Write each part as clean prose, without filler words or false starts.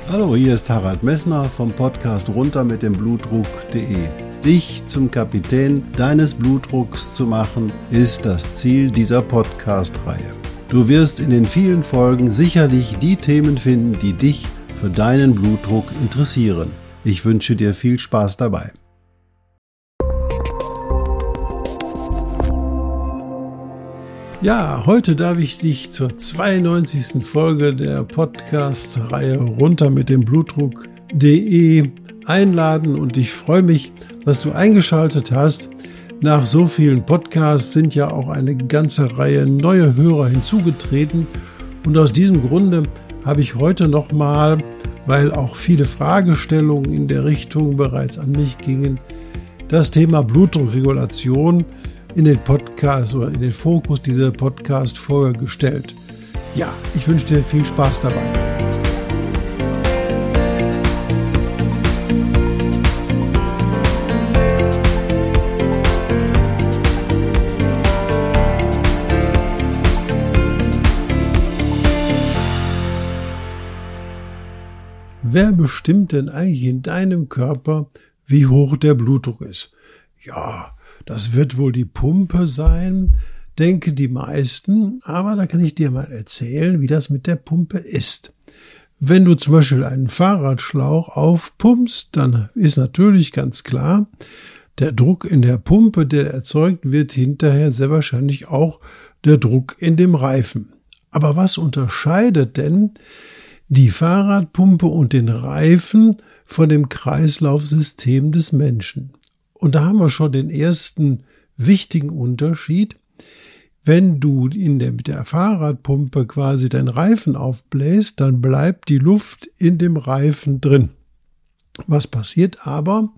Hallo, hier ist Harald Messner vom Podcast runter mit dem Blutdruck.de. Dich zum Kapitän deines Blutdrucks zu machen, ist das Ziel dieser Podcast-Reihe. Du wirst in den vielen Folgen sicherlich die Themen finden, die dich für deinen Blutdruck interessieren. Ich wünsche dir viel Spaß dabei. Ja, heute darf ich dich zur 92. Folge der Podcast-Reihe runter mit dem Blutdruck.de einladen und ich freue mich, dass du eingeschaltet hast. Nach so vielen Podcasts sind ja auch eine ganze Reihe neue Hörer hinzugetreten und aus diesem Grunde habe ich heute nochmal, weil auch viele Fragestellungen in der Richtung bereits an mich gingen, das Thema Blutdruckregulation in den Podcast oder in den Fokus dieser Podcast-Folge gestellt. Ja, ich wünsche dir viel Spaß dabei. Wer bestimmt denn eigentlich in deinem Körper, wie hoch der Blutdruck ist? Ja, das wird wohl die Pumpe sein, denken die meisten, aber da kann ich dir mal erzählen, wie das mit der Pumpe ist. Wenn du zum Beispiel einen Fahrradschlauch aufpumpst, dann ist natürlich ganz klar, der Druck in der Pumpe, der erzeugt wird, hinterher sehr wahrscheinlich auch der Druck in dem Reifen. Aber was unterscheidet denn die Fahrradpumpe und den Reifen von dem Kreislaufsystem des Menschen? Und da haben wir schon den ersten wichtigen Unterschied. Wenn du mit der Fahrradpumpe quasi deinen Reifen aufbläst, dann bleibt die Luft in dem Reifen drin. Was passiert aber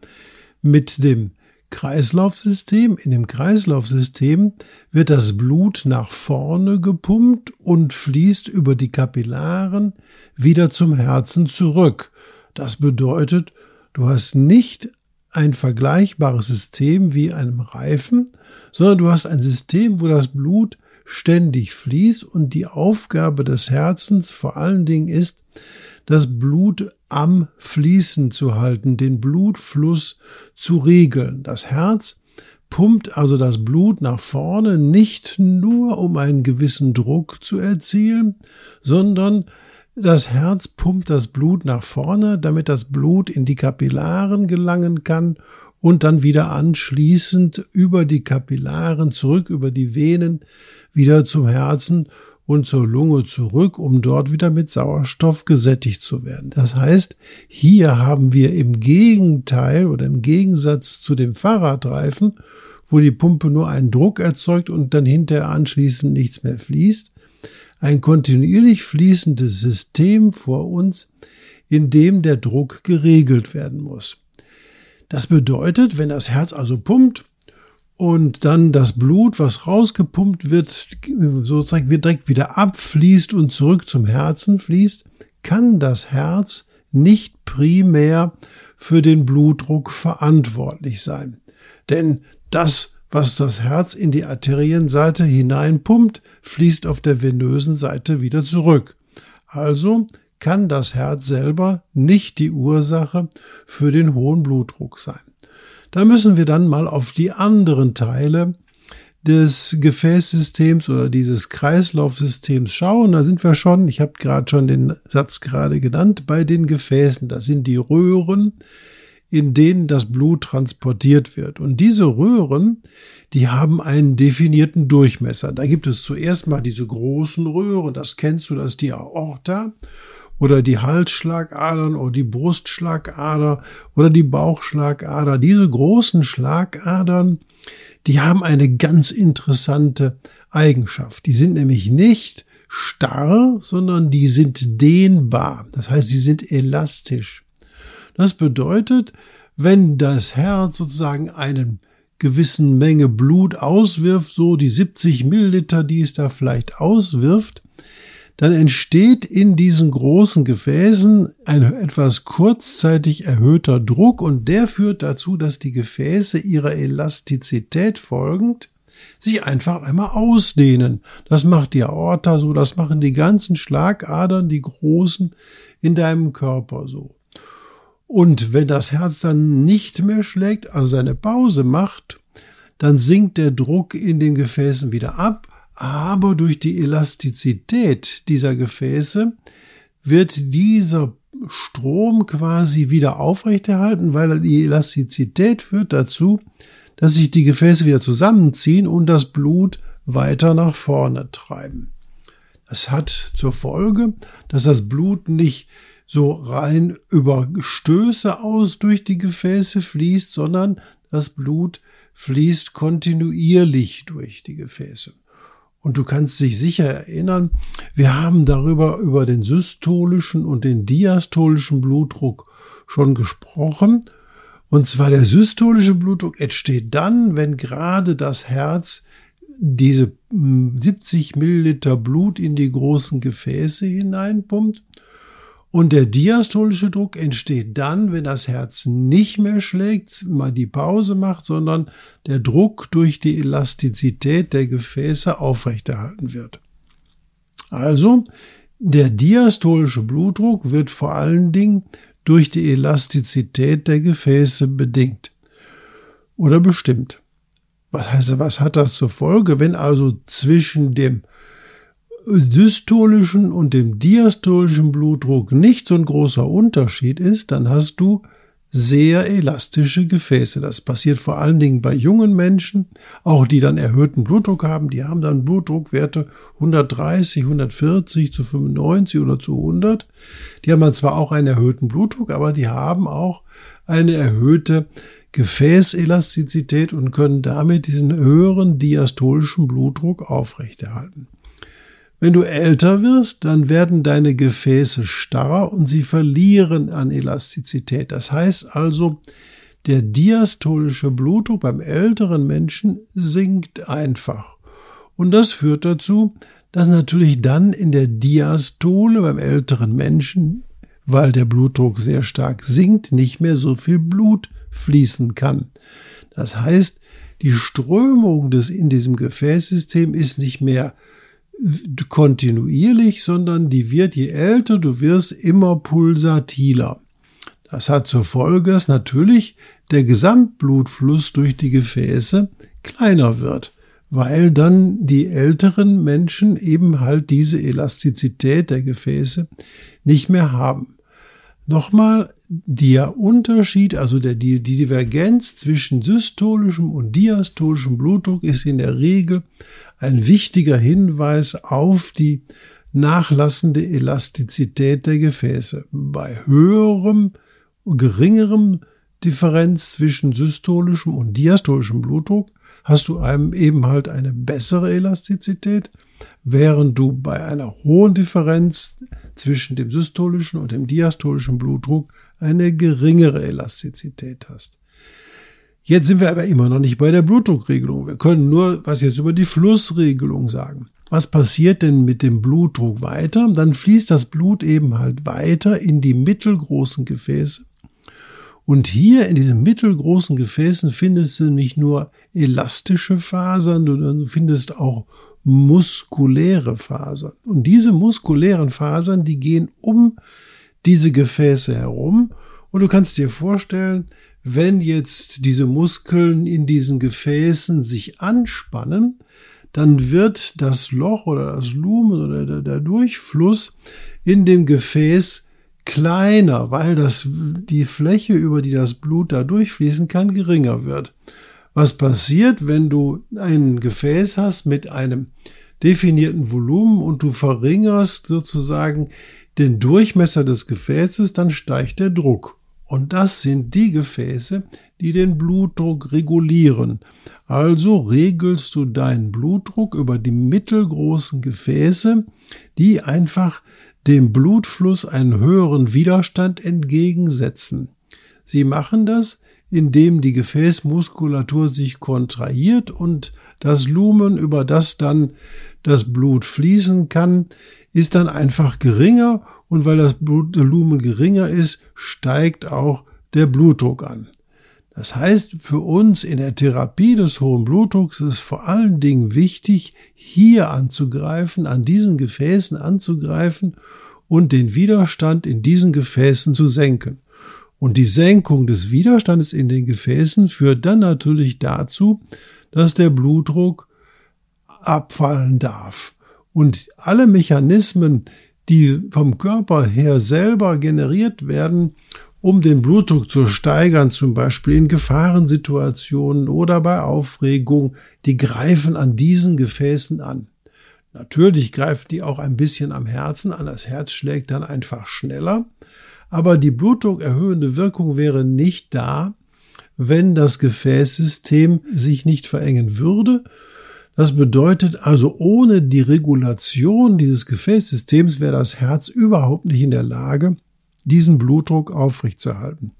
mit dem Kreislaufsystem? In dem Kreislaufsystem wird das Blut nach vorne gepumpt und fließt über die Kapillaren wieder zum Herzen zurück. Das bedeutet, du hast nicht ein vergleichbares System wie einem Reifen, sondern du hast ein System, wo das Blut ständig fließt und die Aufgabe des Herzens vor allen Dingen ist, das Blut am Fließen zu halten, den Blutfluss zu regeln. Das Herz pumpt also das Blut nach vorne, nicht nur um einen gewissen Druck zu erzielen, sondern das Herz pumpt das Blut nach vorne, damit das Blut in die Kapillaren gelangen kann und dann wieder anschließend über die Kapillaren zurück, über die Venen wieder zum Herzen und zur Lunge zurück, um dort wieder mit Sauerstoff gesättigt zu werden. Das heißt, hier haben wir im Gegenteil oder im Gegensatz zu dem Fahrradreifen, wo die Pumpe nur einen Druck erzeugt und dann hinterher anschließend nichts mehr fließt, ein kontinuierlich fließendes System vor uns, in dem der Druck geregelt werden muss. Das bedeutet, wenn das Herz also pumpt und dann das Blut, was rausgepumpt wird, sozusagen direkt wieder abfließt und zurück zum Herzen fließt, kann das Herz nicht primär für den Blutdruck verantwortlich sein. Denn das, was das Herz in die Arterienseite hineinpumpt, fließt auf der venösen Seite wieder zurück. Also kann das Herz selber nicht die Ursache für den hohen Blutdruck sein. Da müssen wir dann mal auf die anderen Teile des Gefäßsystems oder dieses Kreislaufsystems schauen. Da sind wir schon, ich habe gerade schon den Satz gerade genannt, bei den Gefäßen. Das sind die Röhren, in denen das Blut transportiert wird. Und diese Röhren, die haben einen definierten Durchmesser. Da gibt es zuerst mal diese großen Röhren, das kennst du, das ist die Aorta oder die Halsschlagadern oder die Brustschlagader oder die Bauchschlagader. Diese großen Schlagadern, die haben eine ganz interessante Eigenschaft. Die sind nämlich nicht starr, sondern die sind dehnbar. Das heißt, sie sind elastisch. Das bedeutet, wenn das Herz sozusagen eine gewissen Menge Blut auswirft, so die 70 Milliliter, die es da vielleicht auswirft, dann entsteht in diesen großen Gefäßen ein etwas kurzzeitig erhöhter Druck und der führt dazu, dass die Gefäße ihrer Elastizität folgend sich einfach einmal ausdehnen. Das macht die Aorta so, das machen die ganzen Schlagadern, die großen in deinem Körper so. Und wenn das Herz dann nicht mehr schlägt, also seine Pause macht, dann sinkt der Druck in den Gefäßen wieder ab, aber durch die Elastizität dieser Gefäße wird dieser Strom quasi wieder aufrechterhalten, weil die Elastizität führt dazu, dass sich die Gefäße wieder zusammenziehen und das Blut weiter nach vorne treiben. Das hat zur Folge, dass das Blut nicht so rein über Stöße aus durch die Gefäße fließt, sondern das Blut fließt kontinuierlich durch die Gefäße. Und du kannst dich sicher erinnern, wir haben über den systolischen und den diastolischen Blutdruck schon gesprochen. Und zwar der systolische Blutdruck entsteht dann, wenn gerade das Herz diese 70 Milliliter Blut in die großen Gefäße hineinpumpt. Und der diastolische Druck entsteht dann, wenn das Herz nicht mehr schlägt, mal die Pause macht, sondern der Druck durch die Elastizität der Gefäße aufrechterhalten wird. Also, der diastolische Blutdruck wird vor allen Dingen durch die Elastizität der Gefäße bedingt oder bestimmt. Was hat das zur Folge? Wenn also zwischen dem systolischen und dem diastolischen Blutdruck nicht so ein großer Unterschied ist, dann hast du sehr elastische Gefäße. Das passiert vor allen Dingen bei jungen Menschen, auch die dann erhöhten Blutdruck haben. Die haben dann Blutdruckwerte 130, 140 zu 95 oder zu 100. Die haben dann zwar auch einen erhöhten Blutdruck, aber die haben auch eine erhöhte Gefäßelastizität und können damit diesen höheren diastolischen Blutdruck aufrechterhalten. Wenn du älter wirst, dann werden deine Gefäße starrer und sie verlieren an Elastizität. Das heißt also, der diastolische Blutdruck beim älteren Menschen sinkt einfach. Und das führt dazu, dass natürlich dann in der Diastole beim älteren Menschen, weil der Blutdruck sehr stark sinkt, nicht mehr so viel Blut fließen kann. Das heißt, die Strömung in diesem Gefäßsystem ist nicht mehr kontinuierlich, sondern die wird, je älter du wirst, immer pulsatiler. Das hat zur Folge, dass natürlich der Gesamtblutfluss durch die Gefäße kleiner wird, weil dann die älteren Menschen eben halt diese Elastizität der Gefäße nicht mehr haben. Nochmal, der Unterschied, also die Divergenz zwischen systolischem und diastolischem Blutdruck ist in der Regel ein wichtiger Hinweis auf die nachlassende Elastizität der Gefäße. Bei geringerem Differenz zwischen systolischem und diastolischem Blutdruck hast du eben halt eine bessere Elastizität, während du bei einer hohen Differenz zwischen dem systolischen und dem diastolischen Blutdruck eine geringere Elastizität hast. Jetzt sind wir aber immer noch nicht bei der Blutdruckregelung. Wir können nur was jetzt über die Flussregelung sagen. Was passiert denn mit dem Blutdruck weiter? Dann fließt das Blut eben halt weiter in die mittelgroßen Gefäße. Und hier in diesen mittelgroßen Gefäßen findest du nicht nur elastische Fasern, sondern du findest auch muskuläre Fasern. Und diese muskulären Fasern, die gehen um diese Gefäße herum. Und du kannst dir vorstellen, wenn jetzt diese Muskeln in diesen Gefäßen sich anspannen, dann wird das Loch oder das Lumen oder der Durchfluss in dem Gefäß kleiner, weil die Fläche, über die das Blut da durchfließen kann, geringer wird. Was passiert, wenn du ein Gefäß hast mit einem definierten Volumen und du verringerst sozusagen den Durchmesser des Gefäßes, dann steigt der Druck. Und das sind die Gefäße, die den Blutdruck regulieren. Also regelst du deinen Blutdruck über die mittelgroßen Gefäße, die einfach dem Blutfluss einen höheren Widerstand entgegensetzen. Sie machen das, indem die Gefäßmuskulatur sich kontrahiert und das Lumen, über das dann das Blut fließen kann, ist dann einfach geringer. Und weil das Lumen geringer ist, steigt auch der Blutdruck an. Das heißt, für uns in der Therapie des hohen Blutdrucks ist es vor allen Dingen wichtig, hier anzugreifen, an diesen Gefäßen anzugreifen und den Widerstand in diesen Gefäßen zu senken. Und die Senkung des Widerstandes in den Gefäßen führt dann natürlich dazu, dass der Blutdruck abfallen darf. Und alle Mechanismen, die vom Körper her selber generiert werden, um den Blutdruck zu steigern, zum Beispiel in Gefahrensituationen oder bei Aufregung, die greifen an diesen Gefäßen an. Natürlich greifen die auch ein bisschen am Herzen an, das Herz schlägt dann einfach schneller, aber die blutdruckerhöhende Wirkung wäre nicht da, wenn das Gefäßsystem sich nicht verengen würde. Das bedeutet also, ohne die Regulation dieses Gefäßsystems wäre das Herz überhaupt nicht in der Lage, diesen Blutdruck aufrechtzuerhalten.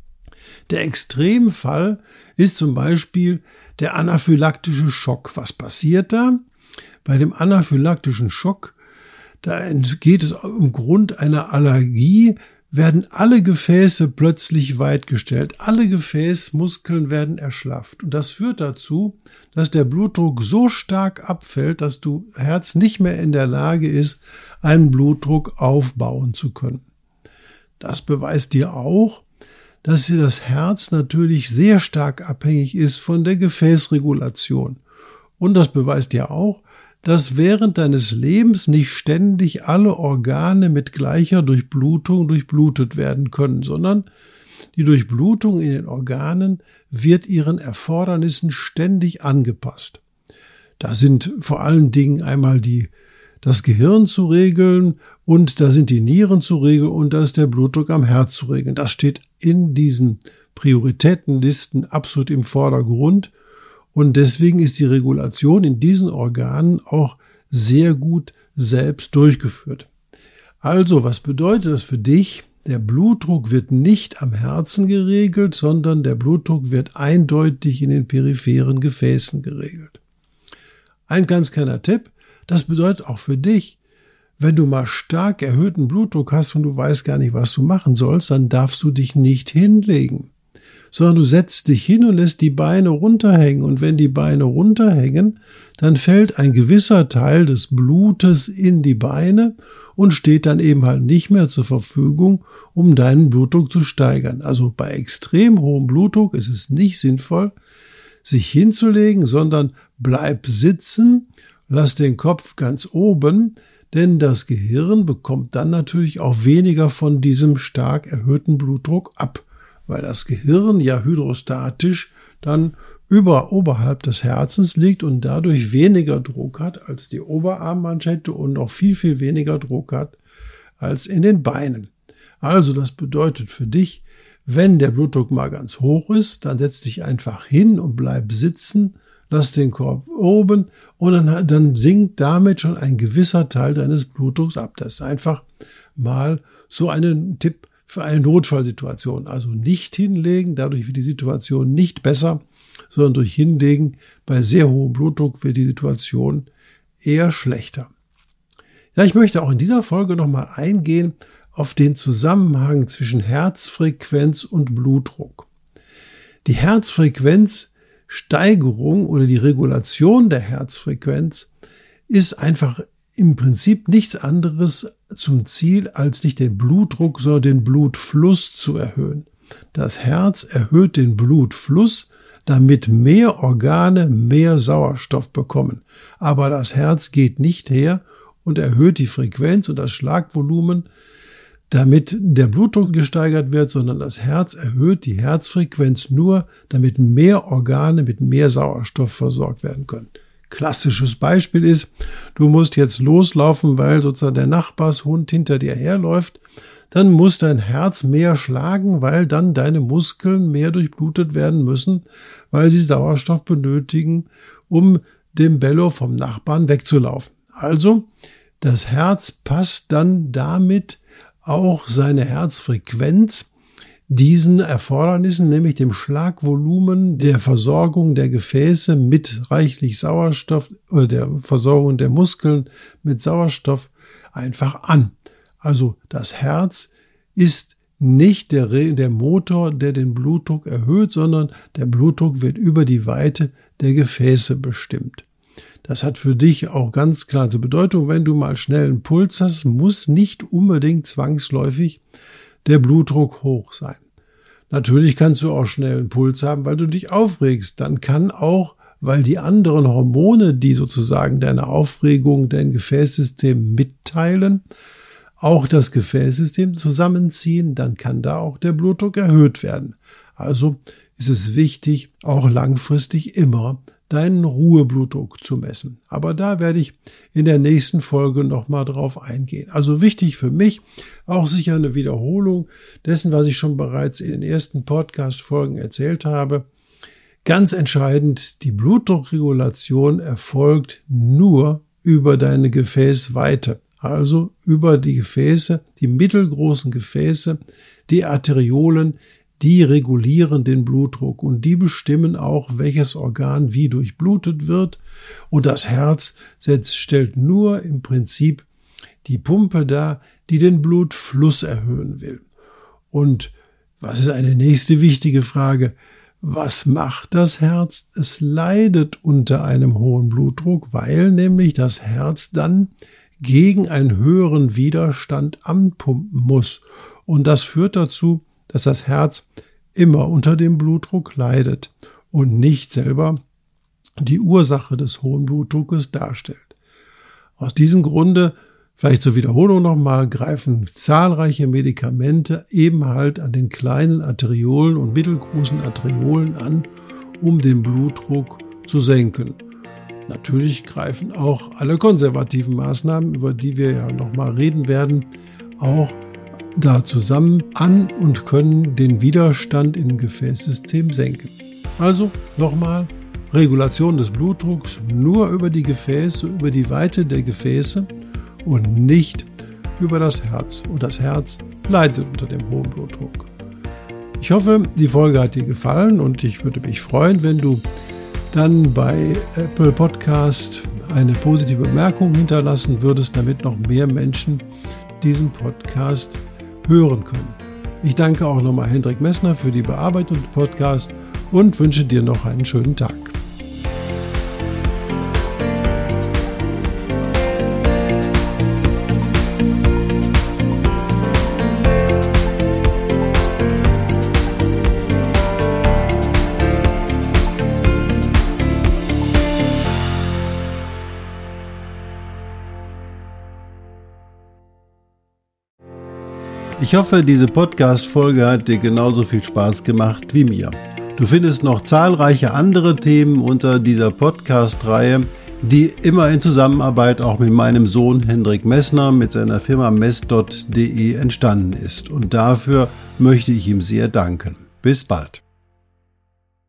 Der Extremfall ist zum Beispiel der anaphylaktische Schock. Was passiert da? Bei dem anaphylaktischen Schock, da geht es aufgrund einer Allergie, werden alle Gefäße plötzlich weitgestellt. Alle Gefäßmuskeln werden erschlafft. Und das führt dazu, dass der Blutdruck so stark abfällt, dass das Herz nicht mehr in der Lage ist, einen Blutdruck aufbauen zu können. Das beweist dir auch, dass das Herz natürlich sehr stark abhängig ist von der Gefäßregulation. Und das beweist dir auch, dass während deines Lebens nicht ständig alle Organe mit gleicher Durchblutung durchblutet werden können, sondern die Durchblutung in den Organen wird ihren Erfordernissen ständig angepasst. Da sind vor allen Dingen einmal das Gehirn zu regeln und da sind die Nieren zu regeln und da ist der Blutdruck am Herz zu regeln. Das steht in diesen Prioritätenlisten absolut im Vordergrund und deswegen ist die Regulation in diesen Organen auch sehr gut selbst durchgeführt. Also, was bedeutet das für dich? Der Blutdruck wird nicht am Herzen geregelt, sondern der Blutdruck wird eindeutig in den peripheren Gefäßen geregelt. Ein ganz kleiner Tipp. Das bedeutet auch für dich, wenn du mal stark erhöhten Blutdruck hast und du weißt gar nicht, was du machen sollst, dann darfst du dich nicht hinlegen, sondern du setzt dich hin und lässt die Beine runterhängen. Und wenn die Beine runterhängen, dann fällt ein gewisser Teil des Blutes in die Beine und steht dann eben halt nicht mehr zur Verfügung, um deinen Blutdruck zu steigern. Also bei extrem hohem Blutdruck ist es nicht sinnvoll, sich hinzulegen, sondern bleib sitzen. Lass den Kopf ganz oben, denn das Gehirn bekommt dann natürlich auch weniger von diesem stark erhöhten Blutdruck ab, weil das Gehirn ja hydrostatisch dann oberhalb des Herzens liegt und dadurch weniger Druck hat als die Oberarmmanschette und noch viel, viel weniger Druck hat als in den Beinen. Also das bedeutet für dich, wenn der Blutdruck mal ganz hoch ist, dann setz dich einfach hin und bleib sitzen. Lass den Kopf oben und dann sinkt damit schon ein gewisser Teil deines Blutdrucks ab. Das ist einfach mal so ein Tipp für eine Notfallsituation. Also nicht hinlegen, dadurch wird die Situation nicht besser, sondern durch Hinlegen bei sehr hohem Blutdruck wird die Situation eher schlechter. Ja, ich möchte auch in dieser Folge nochmal eingehen auf den Zusammenhang zwischen Herzfrequenz und Blutdruck. Die Herzfrequenzsteigerung oder die Regulation der Herzfrequenz ist einfach im Prinzip nichts anderes zum Ziel, als nicht den Blutdruck, sondern den Blutfluss zu erhöhen. Das Herz erhöht den Blutfluss, damit mehr Organe mehr Sauerstoff bekommen. Aber das Herz geht nicht her und erhöht die Frequenz und das Schlagvolumen, damit der Blutdruck gesteigert wird, sondern das Herz erhöht die Herzfrequenz nur, damit mehr Organe mit mehr Sauerstoff versorgt werden können. Klassisches Beispiel ist, du musst jetzt loslaufen, weil sozusagen der Nachbarshund hinter dir herläuft, dann muss dein Herz mehr schlagen, weil dann deine Muskeln mehr durchblutet werden müssen, weil sie Sauerstoff benötigen, um dem Bello vom Nachbarn wegzulaufen. Also, das Herz passt dann damit auch seine Herzfrequenz diesen Erfordernissen, nämlich dem Schlagvolumen der Versorgung der Gefäße mit reichlich Sauerstoff oder der Versorgung der Muskeln mit Sauerstoff einfach an. Also das Herz ist nicht der Motor, der den Blutdruck erhöht, sondern der Blutdruck wird über die Weite der Gefäße bestimmt. Das hat für dich auch ganz klar zur Bedeutung, wenn du mal schnell einen Puls hast, muss nicht unbedingt zwangsläufig der Blutdruck hoch sein. Natürlich kannst du auch schnell einen Puls haben, weil du dich aufregst. Dann kann auch, weil die anderen Hormone, die sozusagen deine Aufregung, dein Gefäßsystem mitteilen, auch das Gefäßsystem zusammenziehen, dann kann da auch der Blutdruck erhöht werden. Also ist es wichtig, auch langfristig immer deinen Ruheblutdruck zu messen. Aber da werde ich in der nächsten Folge nochmal drauf eingehen. Also wichtig für mich, auch sicher eine Wiederholung dessen, was ich schon bereits in den ersten Podcast-Folgen erzählt habe. Ganz entscheidend, die Blutdruckregulation erfolgt nur über deine Gefäßweite. Also über die Gefäße, die mittelgroßen Gefäße, die Arteriolen, die regulieren den Blutdruck und die bestimmen auch, welches Organ wie durchblutet wird. Und das Herz stellt nur im Prinzip die Pumpe dar, die den Blutfluss erhöhen will. Und was ist eine nächste wichtige Frage? Was macht das Herz? Es leidet unter einem hohen Blutdruck, weil nämlich das Herz dann gegen einen höheren Widerstand anpumpen muss. Und das führt dazu, dass das Herz immer unter dem Blutdruck leidet und nicht selber die Ursache des hohen Blutdruckes darstellt. Aus diesem Grunde, vielleicht zur Wiederholung nochmal, greifen zahlreiche Medikamente eben halt an den kleinen Arteriolen und mittelgroßen Arteriolen an, um den Blutdruck zu senken. Natürlich greifen auch alle konservativen Maßnahmen, über die wir ja nochmal reden werden, auch da zusammen an und können den Widerstand im Gefäßsystem senken. Also nochmal, Regulation des Blutdrucks nur über die Gefäße, über die Weite der Gefäße und nicht über das Herz. Und das Herz leidet unter dem hohen Blutdruck. Ich hoffe, die Folge hat dir gefallen und ich würde mich freuen, wenn du dann bei Apple Podcast eine positive Bemerkung hinterlassen würdest, damit noch mehr Menschen diesen Podcast hören können. Ich danke auch nochmal Hendrik Messner für die Bearbeitung des Podcasts und wünsche dir noch einen schönen Tag. Ich hoffe, diese Podcast-Folge hat dir genauso viel Spaß gemacht wie mir. Du findest noch zahlreiche andere Themen unter dieser Podcast-Reihe, die immer in Zusammenarbeit auch mit meinem Sohn Hendrik Messner mit seiner Firma mess.de entstanden ist. Und dafür möchte ich ihm sehr danken. Bis bald.